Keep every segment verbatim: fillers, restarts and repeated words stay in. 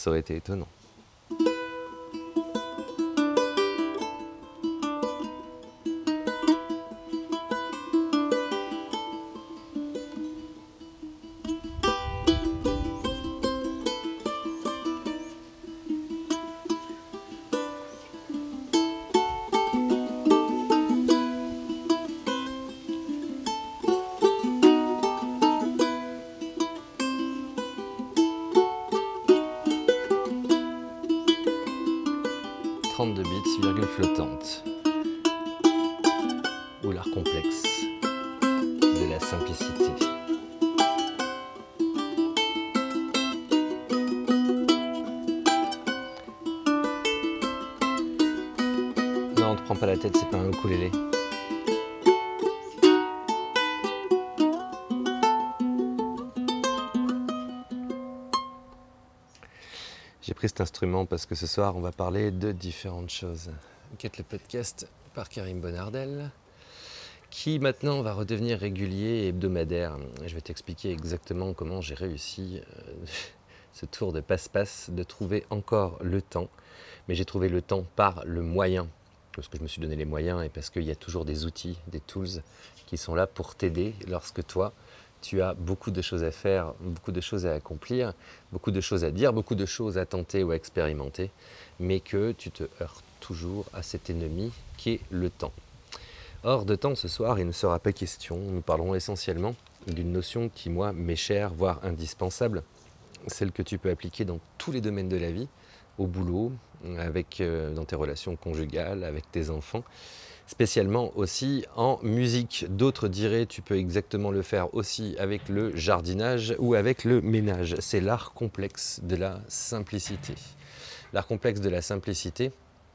Ça aurait été étonnant. trente-deux bits, virgule flottante. Ou l'art complexe de la simplicité. Non, on te prend pas la tête, c'est pas un ukulélé. J'ai pris cet instrument parce que ce soir, on va parler de différentes choses. Quête le podcast par Karim Bonardel, qui maintenant va redevenir régulier et hebdomadaire. Je vais t'expliquer exactement comment j'ai réussi euh, ce tour de passe-passe, de trouver encore le temps. Mais j'ai trouvé le temps par le moyen, parce que je me suis donné les moyens et parce qu'il y a toujours des outils, des tools qui sont là pour t'aider lorsque toi, tu as beaucoup de choses à faire, beaucoup de choses à accomplir, beaucoup de choses à dire, beaucoup de choses à tenter ou à expérimenter, mais que tu te heurtes toujours à cet ennemi qui est le temps. Or, de temps, ce soir, il ne sera pas question. Nous parlerons essentiellement d'une notion qui, moi, m'est chère, voire indispensable, celle que tu peux appliquer dans tous les domaines de la vie, au boulot, avec, euh, dans tes relations conjugales, avec tes enfants, spécialement aussi en musique. D'autres diraient tu peux exactement le faire aussi avec le jardinage ou avec le ménage. C'est l'art complexe de la simplicité. L'art complexe de la simplicité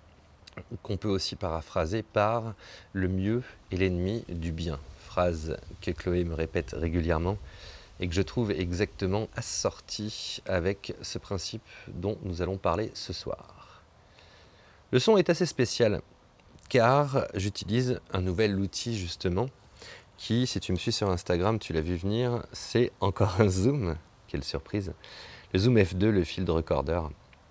qu'on peut aussi paraphraser par le mieux est l'ennemi du bien. Phrase que Chloé me répète régulièrement et que je trouve exactement assortie avec ce principe dont nous allons parler ce soir. Le son est assez spécial, car j'utilise un nouvel outil justement qui, si tu me suis sur Instagram, tu l'as vu venir, c'est encore un zoom. Quelle surprise. Le zoom F deux, le field recorder.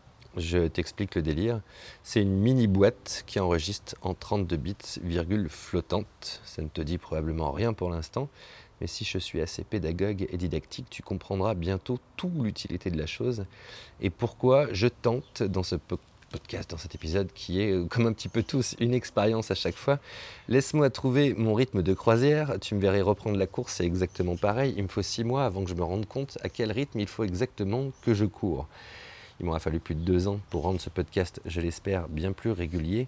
Je t'explique le délire. C'est une mini boîte qui enregistre en trente-deux bits, virgule flottante. Ça ne te dit probablement rien pour l'instant, mais si je suis assez pédagogue et didactique, tu comprendras bientôt toute l'utilité de la chose et pourquoi je tente dans ce podcast, dans cet épisode qui est, comme un petit peu tous, une expérience à chaque fois. Laisse-moi trouver mon rythme de croisière, tu me verrais reprendre la course, c'est exactement pareil. Il me faut six mois avant que je me rende compte à quel rythme il faut exactement que je cours. Il m'aura fallu plus de deux ans pour rendre ce podcast, je l'espère, bien plus régulier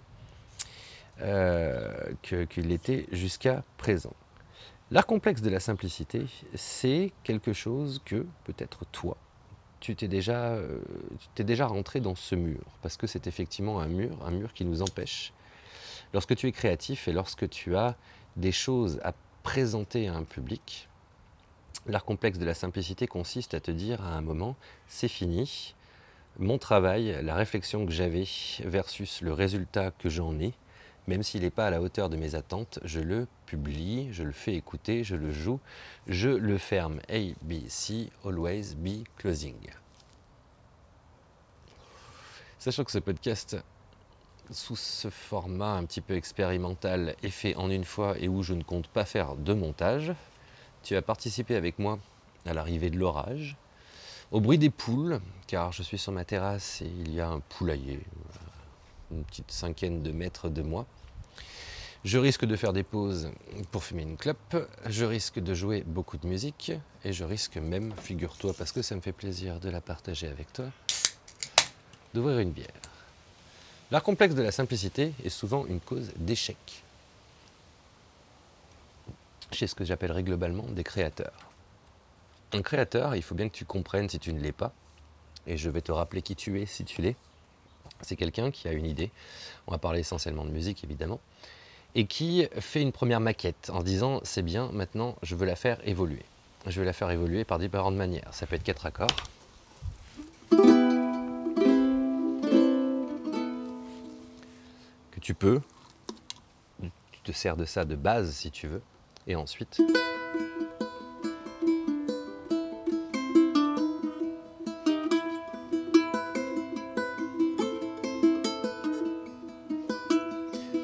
euh, que, qu'il l'était jusqu'à présent. L'art complexe de la simplicité, c'est quelque chose que, peut-être toi, tu t'es déjà, euh, tu t'es déjà rentré dans ce mur, parce que c'est effectivement un mur, un mur qui nous empêche. Lorsque tu es créatif et lorsque tu as des choses à présenter à un public, l'art complexe de la simplicité consiste à te dire à un moment, c'est fini, mon travail, la réflexion que j'avais versus le résultat que j'en ai, même s'il n'est pas à la hauteur de mes attentes, je le publie, je le fais écouter, je le joue, je le ferme. A, B, C, always be closing. Sachant que ce podcast, sous ce format un petit peu expérimental, est fait en une fois et où je ne compte pas faire de montage, tu as participé avec moi à l'arrivée de l'orage, au bruit des poules, car je suis sur ma terrasse et il y a un poulailler, une petite cinquaine de mètres de moi. Je risque de faire des pauses pour fumer une clope, je risque de jouer beaucoup de musique et je risque même, figure-toi, parce que ça me fait plaisir de la partager avec toi, d'ouvrir une bière. L'art complexe de la simplicité est souvent une cause d'échec chez ce que j'appellerais globalement des créateurs. Un créateur, il faut bien que tu comprennes si tu ne l'es pas, et je vais te rappeler qui tu es si tu l'es. C'est quelqu'un qui a une idée, on va parler essentiellement de musique évidemment, et qui fait une première maquette en se disant « c'est bien, maintenant je veux la faire évoluer ». Je veux la faire évoluer par différentes manières. Ça peut être quatre accords. Que tu peux, tu te sers de ça de base si tu veux, et ensuite...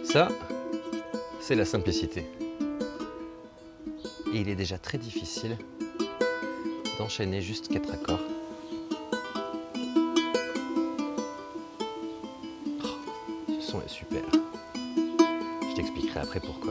Ça, c'est la simplicité. Et il est déjà très difficile d'enchaîner juste quatre accords. Oh, ce son est super. Je t'expliquerai après pourquoi.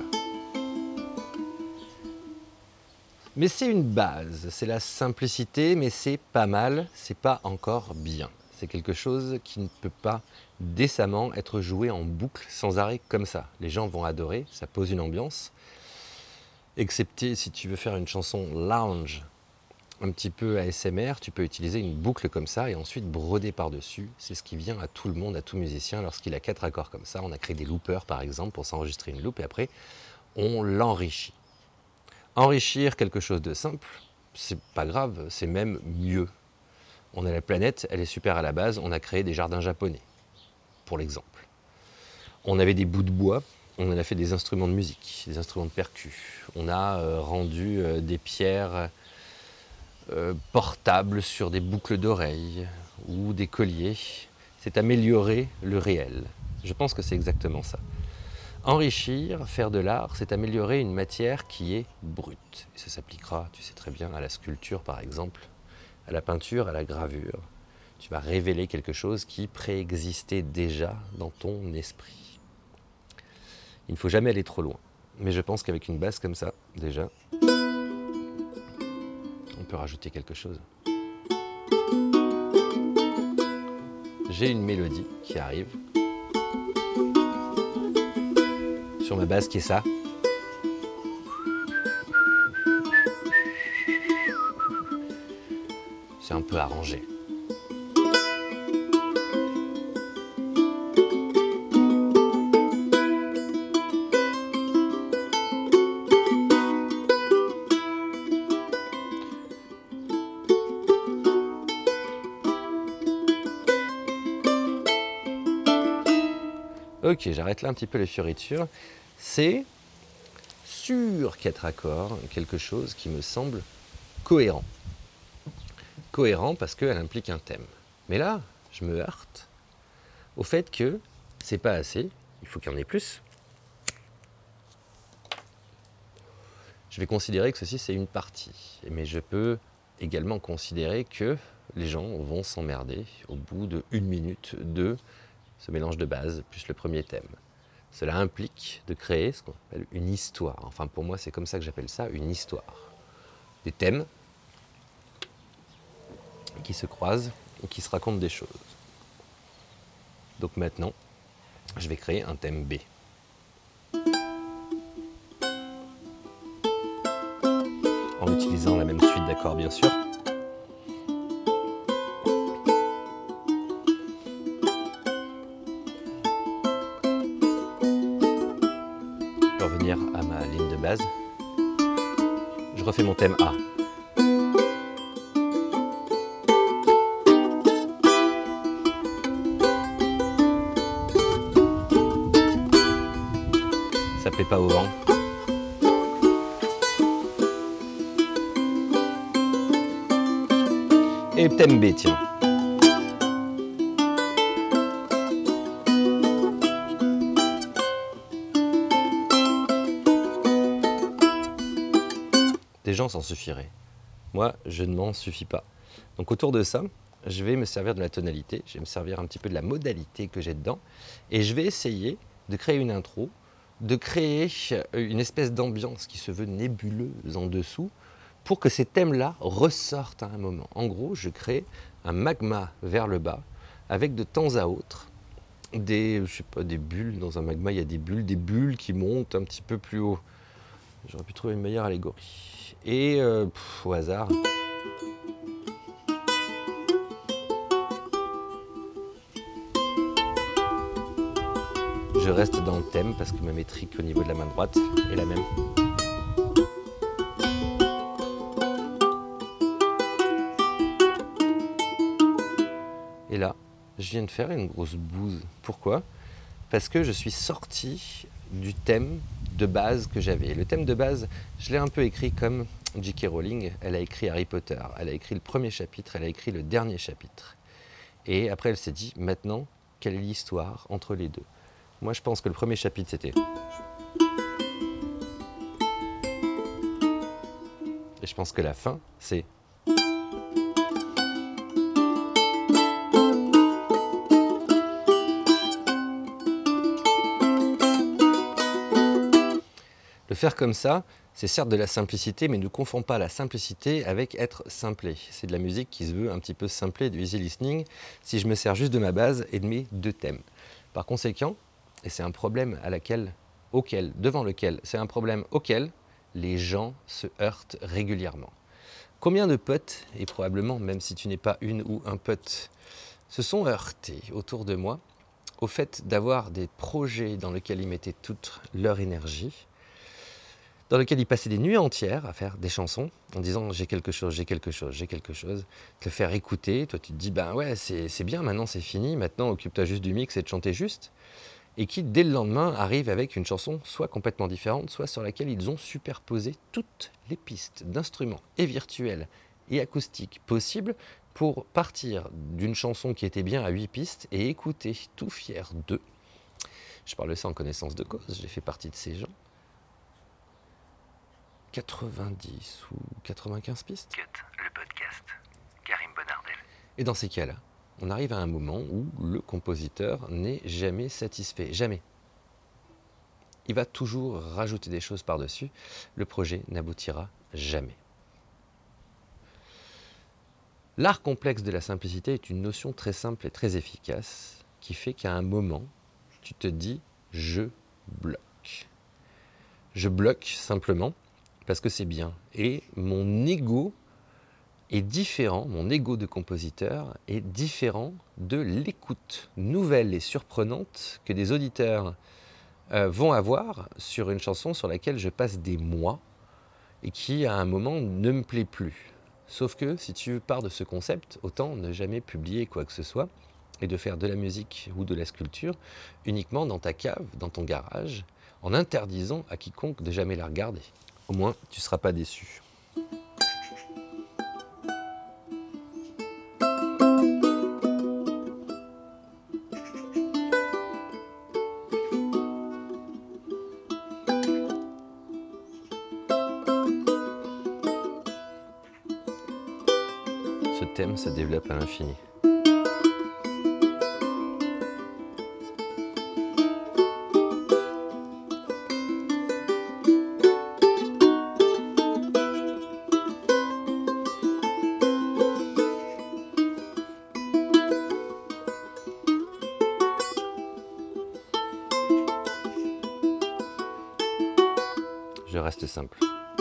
Mais c'est une base, c'est la simplicité, mais c'est pas mal, c'est pas encore bien. C'est quelque chose qui ne peut pas décemment être joué en boucle sans arrêt comme ça. Les gens vont adorer, ça pose une ambiance. Excepté si tu veux faire une chanson lounge, un petit peu A S M R, tu peux utiliser une boucle comme ça et ensuite broder par-dessus. C'est ce qui vient à tout le monde, à tout musicien, lorsqu'il a quatre accords comme ça. On a créé des loopers par exemple pour s'enregistrer une loupe et après on l'enrichit. Enrichir quelque chose de simple, c'est pas grave, c'est même mieux. On a la planète, elle est super à la base, on a créé des jardins japonais, pour l'exemple. On avait des bouts de bois, on en a fait des instruments de musique, des instruments de percus. On a euh, rendu euh, des pierres euh, portables sur des boucles d'oreilles ou des colliers. C'est améliorer le réel. Je pense que c'est exactement ça. Enrichir, faire de l'art, c'est améliorer une matière qui est brute. Et ça s'appliquera, tu sais très bien, à la sculpture par exemple, à la peinture, à la gravure. Tu vas révéler quelque chose qui préexistait déjà dans ton esprit. Il ne faut jamais aller trop loin. Mais je pense qu'avec une base comme ça, déjà, on peut rajouter quelque chose. J'ai une mélodie qui arrive sur ma base qui est ça. C'est un peu arrangé. Ok, j'arrête là un petit peu les fioritures. C'est sur quatre accords quelque chose qui me semble cohérent. Cohérent parce qu'elle implique un thème. Mais là, je me heurte au fait que c'est pas assez, il faut qu'il y en ait plus. Je vais considérer que ceci c'est une partie, mais je peux également considérer que les gens vont s'emmerder au bout de une minute de ce mélange de base plus le premier thème. Cela implique de créer ce qu'on appelle une histoire. Enfin pour moi c'est comme ça que j'appelle ça, une histoire. Des thèmes qui se croisent et qui se racontent des choses. Donc maintenant, je vais créer un thème B. En utilisant la même suite d'accords bien sûr. Je peux revenir à ma ligne de base. Je refais mon thème A. Ça plaît pas au vent. Et thème B, tiens. Des gens s'en suffiraient. Moi, je ne m'en suffis pas. Donc autour de ça, je vais me servir de la tonalité, je vais me servir un petit peu de la modalité que j'ai dedans, et je vais essayer de créer une intro, de créer une espèce d'ambiance qui se veut nébuleuse en dessous, pour que ces thèmes-là ressortent à un moment. En gros, je crée un magma vers le bas, avec de temps à autre des, je sais pas, des bulles. Dans un magma, il y a des bulles, des bulles qui montent un petit peu plus haut. J'aurais pu trouver une meilleure allégorie. Et euh, pff, au hasard. Je reste dans le thème parce que ma métrique au niveau de la main droite est la même. Et là, je viens de faire une grosse bouse. Pourquoi ? Parce que je suis sorti du thème de base que j'avais. Le thème de base, je l'ai un peu écrit comme J K Rowling. Elle a écrit Harry Potter. Elle a écrit le premier chapitre, elle a écrit le dernier chapitre. Et après, elle s'est dit, maintenant, quelle est l'histoire entre les deux ? Moi, je pense que le premier chapitre, c'était... Et je pense que la fin, c'est... Le faire comme ça, c'est certes de la simplicité, mais ne confond pas la simplicité avec être simplé. C'est de la musique qui se veut un petit peu simplée, de easy listening, si je me sers juste de ma base et de mes deux thèmes. Par conséquent, et c'est un problème à laquelle, auquel, devant lequel, c'est un problème auquel les gens se heurtent régulièrement. Combien de potes, et probablement même si tu n'es pas une ou un pote, se sont heurtés autour de moi au fait d'avoir des projets dans lesquels ils mettaient toute leur énergie, dans lequel ils passaient des nuits entières à faire des chansons en disant j'ai quelque chose, j'ai quelque chose, j'ai quelque chose, te le faire écouter, toi tu te dis ben ouais c'est, c'est bien, maintenant c'est fini, maintenant occupe-toi juste du mix et de chanter juste, et qui dès le lendemain arrivent avec une chanson soit complètement différente, soit sur laquelle ils ont superposé toutes les pistes d'instruments et virtuels et acoustiques possibles pour partir d'une chanson qui était bien à huit pistes et écouter tout fier d'eux. Je parle de ça en connaissance de cause, j'ai fait partie de ces gens. quatre-vingt-dix ou quatre-vingt-quinze pistes. Cut, le podcast. Karim Bonardel. Et dans ces cas-là, on arrive à un moment où le compositeur n'est jamais satisfait. Jamais. Il va toujours rajouter des choses par-dessus. Le projet n'aboutira jamais. L'art complexe de la simplicité est une notion très simple et très efficace qui fait qu'à un moment, tu te dis « je bloque ». Je bloque simplement parce que c'est bien. Et mon ego est différent, mon ego de compositeur est différent de l'écoute nouvelle et surprenante que des auditeurs euh, vont avoir sur une chanson sur laquelle je passe des mois et qui, à un moment, ne me plaît plus. Sauf que, si tu pars de ce concept, autant ne jamais publier quoi que ce soit et de faire de la musique ou de la sculpture uniquement dans ta cave, dans ton garage, en interdisant à quiconque de jamais la regarder. Au moins, tu ne seras pas déçu. Ce thème se développe à l'infini. Je reste simple.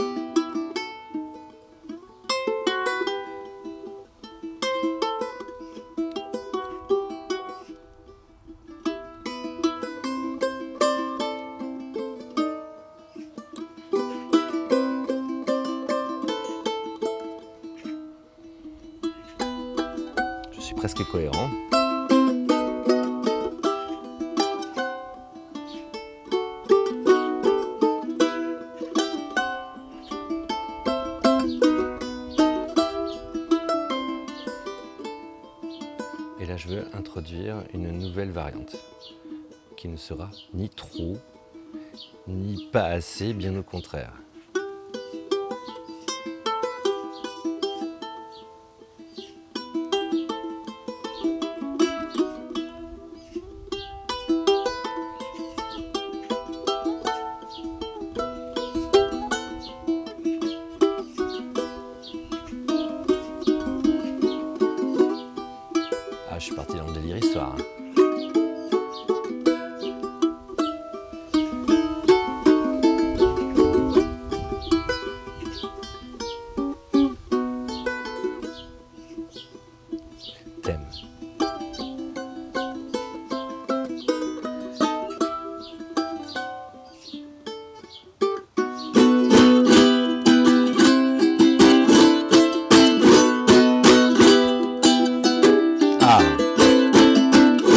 Je suis presque cohérent. Et là, je veux introduire une nouvelle variante qui ne sera ni trop, ni pas assez, bien au contraire. Ah, je suis parti dans le délire histoire. Thème. Ah.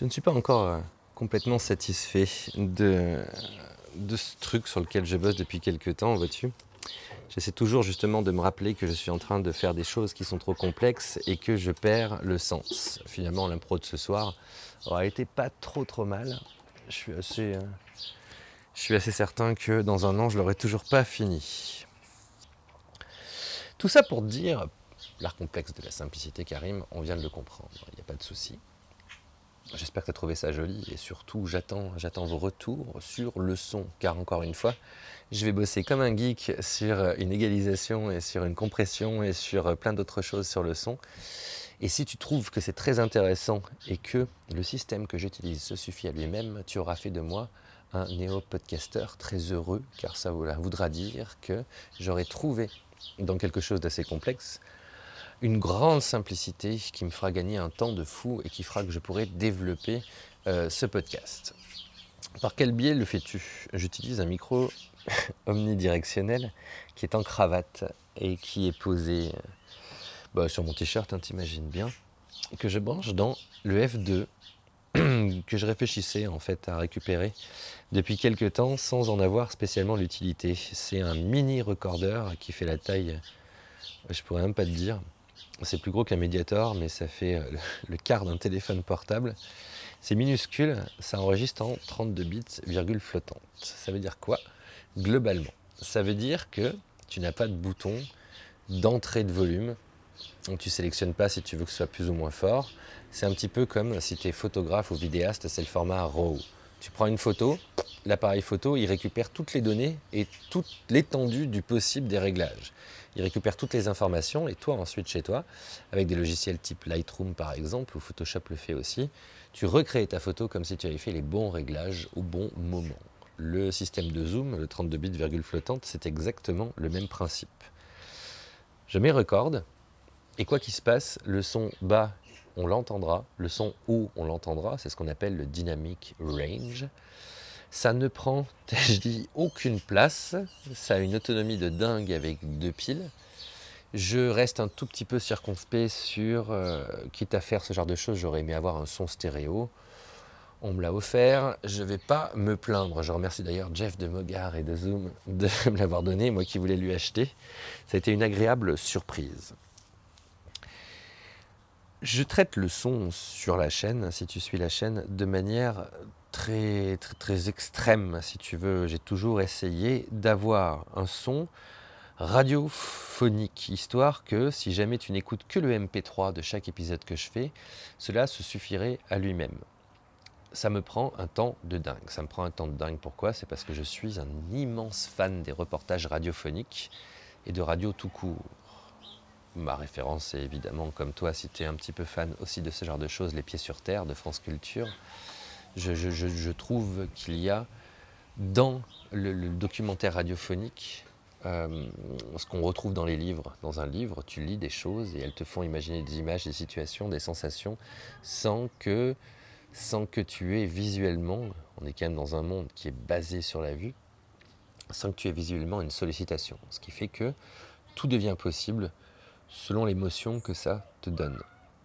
Je ne suis pas encore euh, complètement satisfait de, de ce truc sur lequel je bosse depuis quelques temps, vois-tu. J'essaie toujours justement de me rappeler que je suis en train de faire des choses qui sont trop complexes et que je perds le sens. Finalement, l'impro de ce soir aura été pas trop trop mal. Je suis assez, euh, je suis assez certain que dans un an, je l'aurai toujours pas fini. Tout ça pour te dire, l'art complexe de la simplicité, Karim, on vient de le comprendre, il n'y a pas de souci. J'espère que tu as trouvé ça joli et surtout j'attends, j'attends vos retours sur le son, car encore une fois, je vais bosser comme un geek sur une égalisation et sur une compression et sur plein d'autres choses sur le son. Et si tu trouves que c'est très intéressant et que le système que j'utilise se suffit à lui-même, tu auras fait de moi un néo-podcasteur très heureux, car ça voudra dire que j'aurai trouvé dans quelque chose d'assez complexe une grande simplicité qui me fera gagner un temps de fou et qui fera que je pourrai développer euh, ce podcast. Par quel biais le fais-tu ? J'utilise un micro omnidirectionnel qui est en cravate et qui est posé euh, bah, sur mon t-shirt, hein, t'imagines bien, et que je branche dans le F deux que je réfléchissais en fait à récupérer depuis quelques temps sans en avoir spécialement l'utilité. C'est un mini recorder qui fait la taille, je pourrais même pas te dire. C'est plus gros qu'un Mediator, mais ça fait le, le quart d'un téléphone portable. C'est minuscule, ça enregistre en trente-deux bits, virgule flottante. Ça veut dire quoi ? Globalement, ça veut dire que tu n'as pas de bouton d'entrée de volume. Donc tu ne sélectionnes pas si tu veux que ce soit plus ou moins fort. C'est un petit peu comme si tu es photographe ou vidéaste, c'est le format RAW. Tu prends une photo, l'appareil photo, il récupère toutes les données et toute l'étendue du possible des réglages. Il récupère toutes les informations et toi ensuite chez toi, avec des logiciels type Lightroom par exemple, ou Photoshop le fait aussi, tu recrées ta photo comme si tu avais fait les bons réglages au bon moment. Le système de zoom, le trente-deux bits virgule flottante, c'est exactement le même principe. Je mets record, et quoi qu'il se passe, le son bas, on l'entendra, le son haut, on l'entendra, c'est ce qu'on appelle le dynamic range. Ça ne prend, je dis, aucune place, ça a une autonomie de dingue avec deux piles. Je reste un tout petit peu circonspect sur, euh, quitte à faire ce genre de choses, j'aurais aimé avoir un son stéréo. On me l'a offert, je ne vais pas me plaindre. Je remercie d'ailleurs Jeff de Mogar et de Zoom de me l'avoir donné, moi qui voulais lui acheter. Ça a été une agréable surprise. Je traite le son sur la chaîne, si tu suis la chaîne, de manière très, très, très extrême, si tu veux. J'ai toujours essayé d'avoir un son radiophonique, histoire que si jamais tu n'écoutes que le M P trois de chaque épisode que je fais, cela se suffirait à lui-même. Ça me prend un temps de dingue. Ça me prend un temps de dingue, pourquoi ? C'est parce que je suis un immense fan des reportages radiophoniques et de radio tout court. Ma référence, c'est évidemment, comme toi, si tu es un petit peu fan aussi de ce genre de choses, Les Pieds sur Terre de France Culture. Je, je, je, je trouve qu'il y a dans le, le documentaire radiophonique euh, ce qu'on retrouve dans les livres. Dans un livre, tu lis des choses et elles te font imaginer des images, des situations, des sensations, sans que, sans que tu aies visuellement, on est quand même dans un monde qui est basé sur la vue, sans que tu aies visuellement une sollicitation. Ce qui fait que tout devient possible selon l'émotion que ça te donne.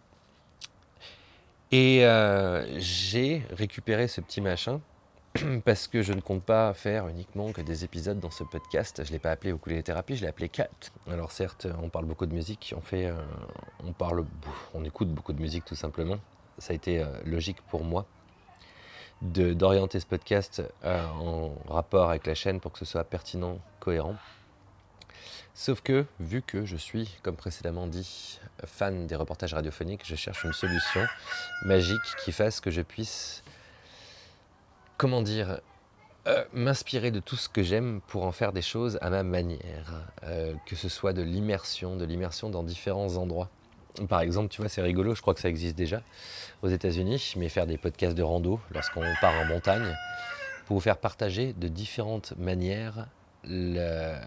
Et euh, j'ai récupéré ce petit machin parce que je ne compte pas faire uniquement que des épisodes dans ce podcast. Je ne l'ai pas appelé ukulélé thérapie, je l'ai appelé Cat. Alors certes, on parle beaucoup de musique, on, fait, euh, on, parle, on écoute beaucoup de musique tout simplement. Ça a été euh, logique pour moi de, d'orienter ce podcast euh, en rapport avec la chaîne pour que ce soit pertinent, cohérent. Sauf que, vu que je suis, comme précédemment dit, fan des reportages radiophoniques, je cherche une solution magique qui fasse que je puisse, comment dire, euh, m'inspirer de tout ce que j'aime pour en faire des choses à ma manière. Euh, que ce soit de l'immersion, de l'immersion dans différents endroits. Par exemple, tu vois, c'est rigolo, je crois que ça existe déjà aux États-Unis, mais faire des podcasts de rando lorsqu'on part en montagne, pour vous faire partager de différentes manières le...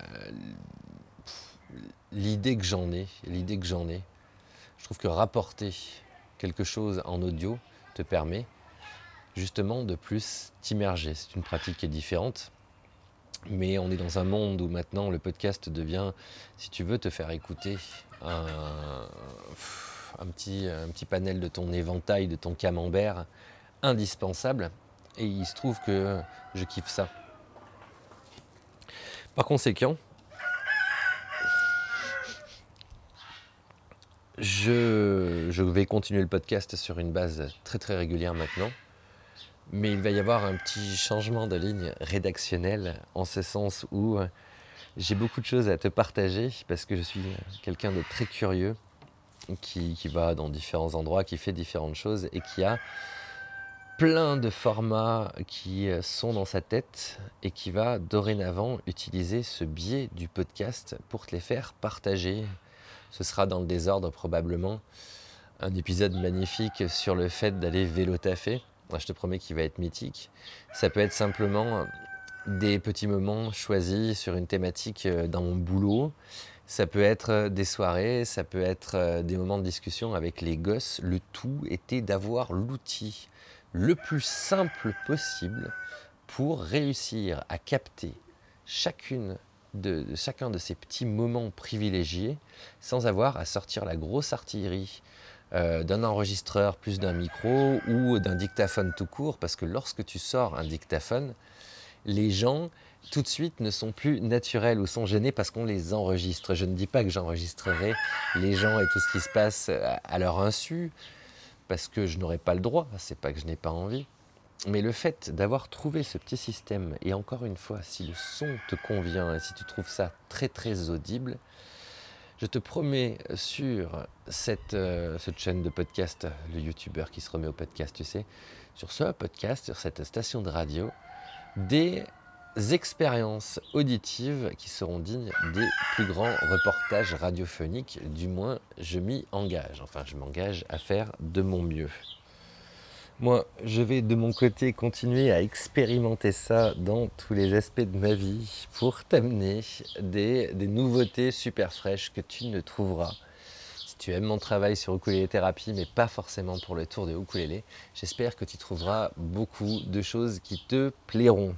L'idée que j'en ai, l'idée que j'en ai, je trouve que rapporter quelque chose en audio te permet justement de plus t'immerger. C'est une pratique qui est différente, mais on est dans un monde où maintenant le podcast devient, si tu veux te faire écouter un, un, petit, un petit panel de ton éventail, de ton camembert, indispensable et il se trouve que je kiffe ça. Par conséquent, je, je vais continuer le podcast sur une base très très régulière maintenant, mais il va y avoir un petit changement de ligne rédactionnelle en ce sens où j'ai beaucoup de choses à te partager parce que je suis quelqu'un de très curieux qui, qui va dans différents endroits, qui fait différentes choses et qui a plein de formats qui sont dans sa tête et qui va dorénavant utiliser ce biais du podcast pour te les faire partager. Ce sera dans le désordre probablement un épisode magnifique sur le fait d'aller vélo taffer. Moi, je te promets qu'il va être mythique. Ça peut être simplement des petits moments choisis sur une thématique dans mon boulot. Ça peut être des soirées, ça peut être des moments de discussion avec les gosses. Le tout était d'avoir l'outil le plus simple possible pour réussir à capter chacune de, de chacun de ces petits moments privilégiés sans avoir à sortir la grosse artillerie euh, d'un enregistreur plus d'un micro ou d'un dictaphone tout court, parce que lorsque tu sors un dictaphone, les gens tout de suite ne sont plus naturels ou sont gênés parce qu'on les enregistre. Je ne dis pas que j'enregistrerai les gens et tout ce qui se passe à leur insu, parce que je n'aurais pas le droit, c'est pas que je n'ai pas envie. Mais le fait d'avoir trouvé ce petit système, et encore une fois, si le son te convient et si tu trouves ça très très audible, je te promets sur cette, euh, cette chaîne de podcast, le youtubeur qui se remet au podcast, tu sais, sur ce podcast, sur cette station de radio, des expériences auditives qui seront dignes des plus grands reportages radiophoniques, du moins je m'y engage, enfin je m'engage à faire de mon mieux. Moi, je vais de mon côté continuer à expérimenter ça dans tous les aspects de ma vie pour t'amener des, des nouveautés super fraîches que tu ne trouveras. Si tu aimes mon travail sur ukulélé thérapie, mais pas forcément pour le tour de ukulélé, j'espère que tu trouveras beaucoup de choses qui te plairont.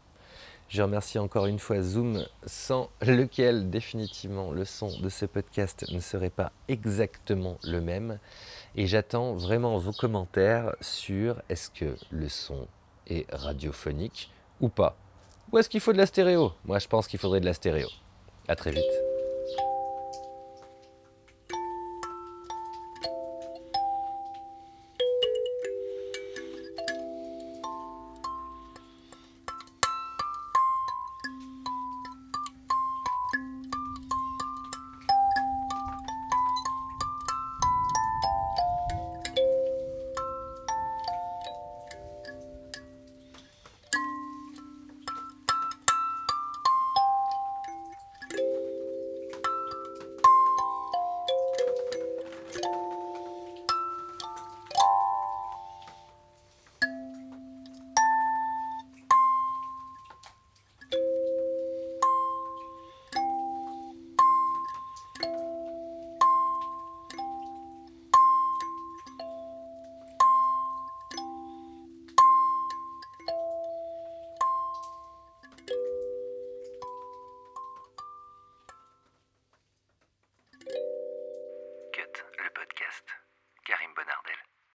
Je remercie encore une fois Zoom, sans lequel définitivement le son de ce podcast ne serait pas exactement le même. Et j'attends vraiment vos commentaires sur est-ce que le son est radiophonique ou pas. Ou est-ce qu'il faut de la stéréo ? Moi je pense qu'il faudrait de la stéréo. À très vite.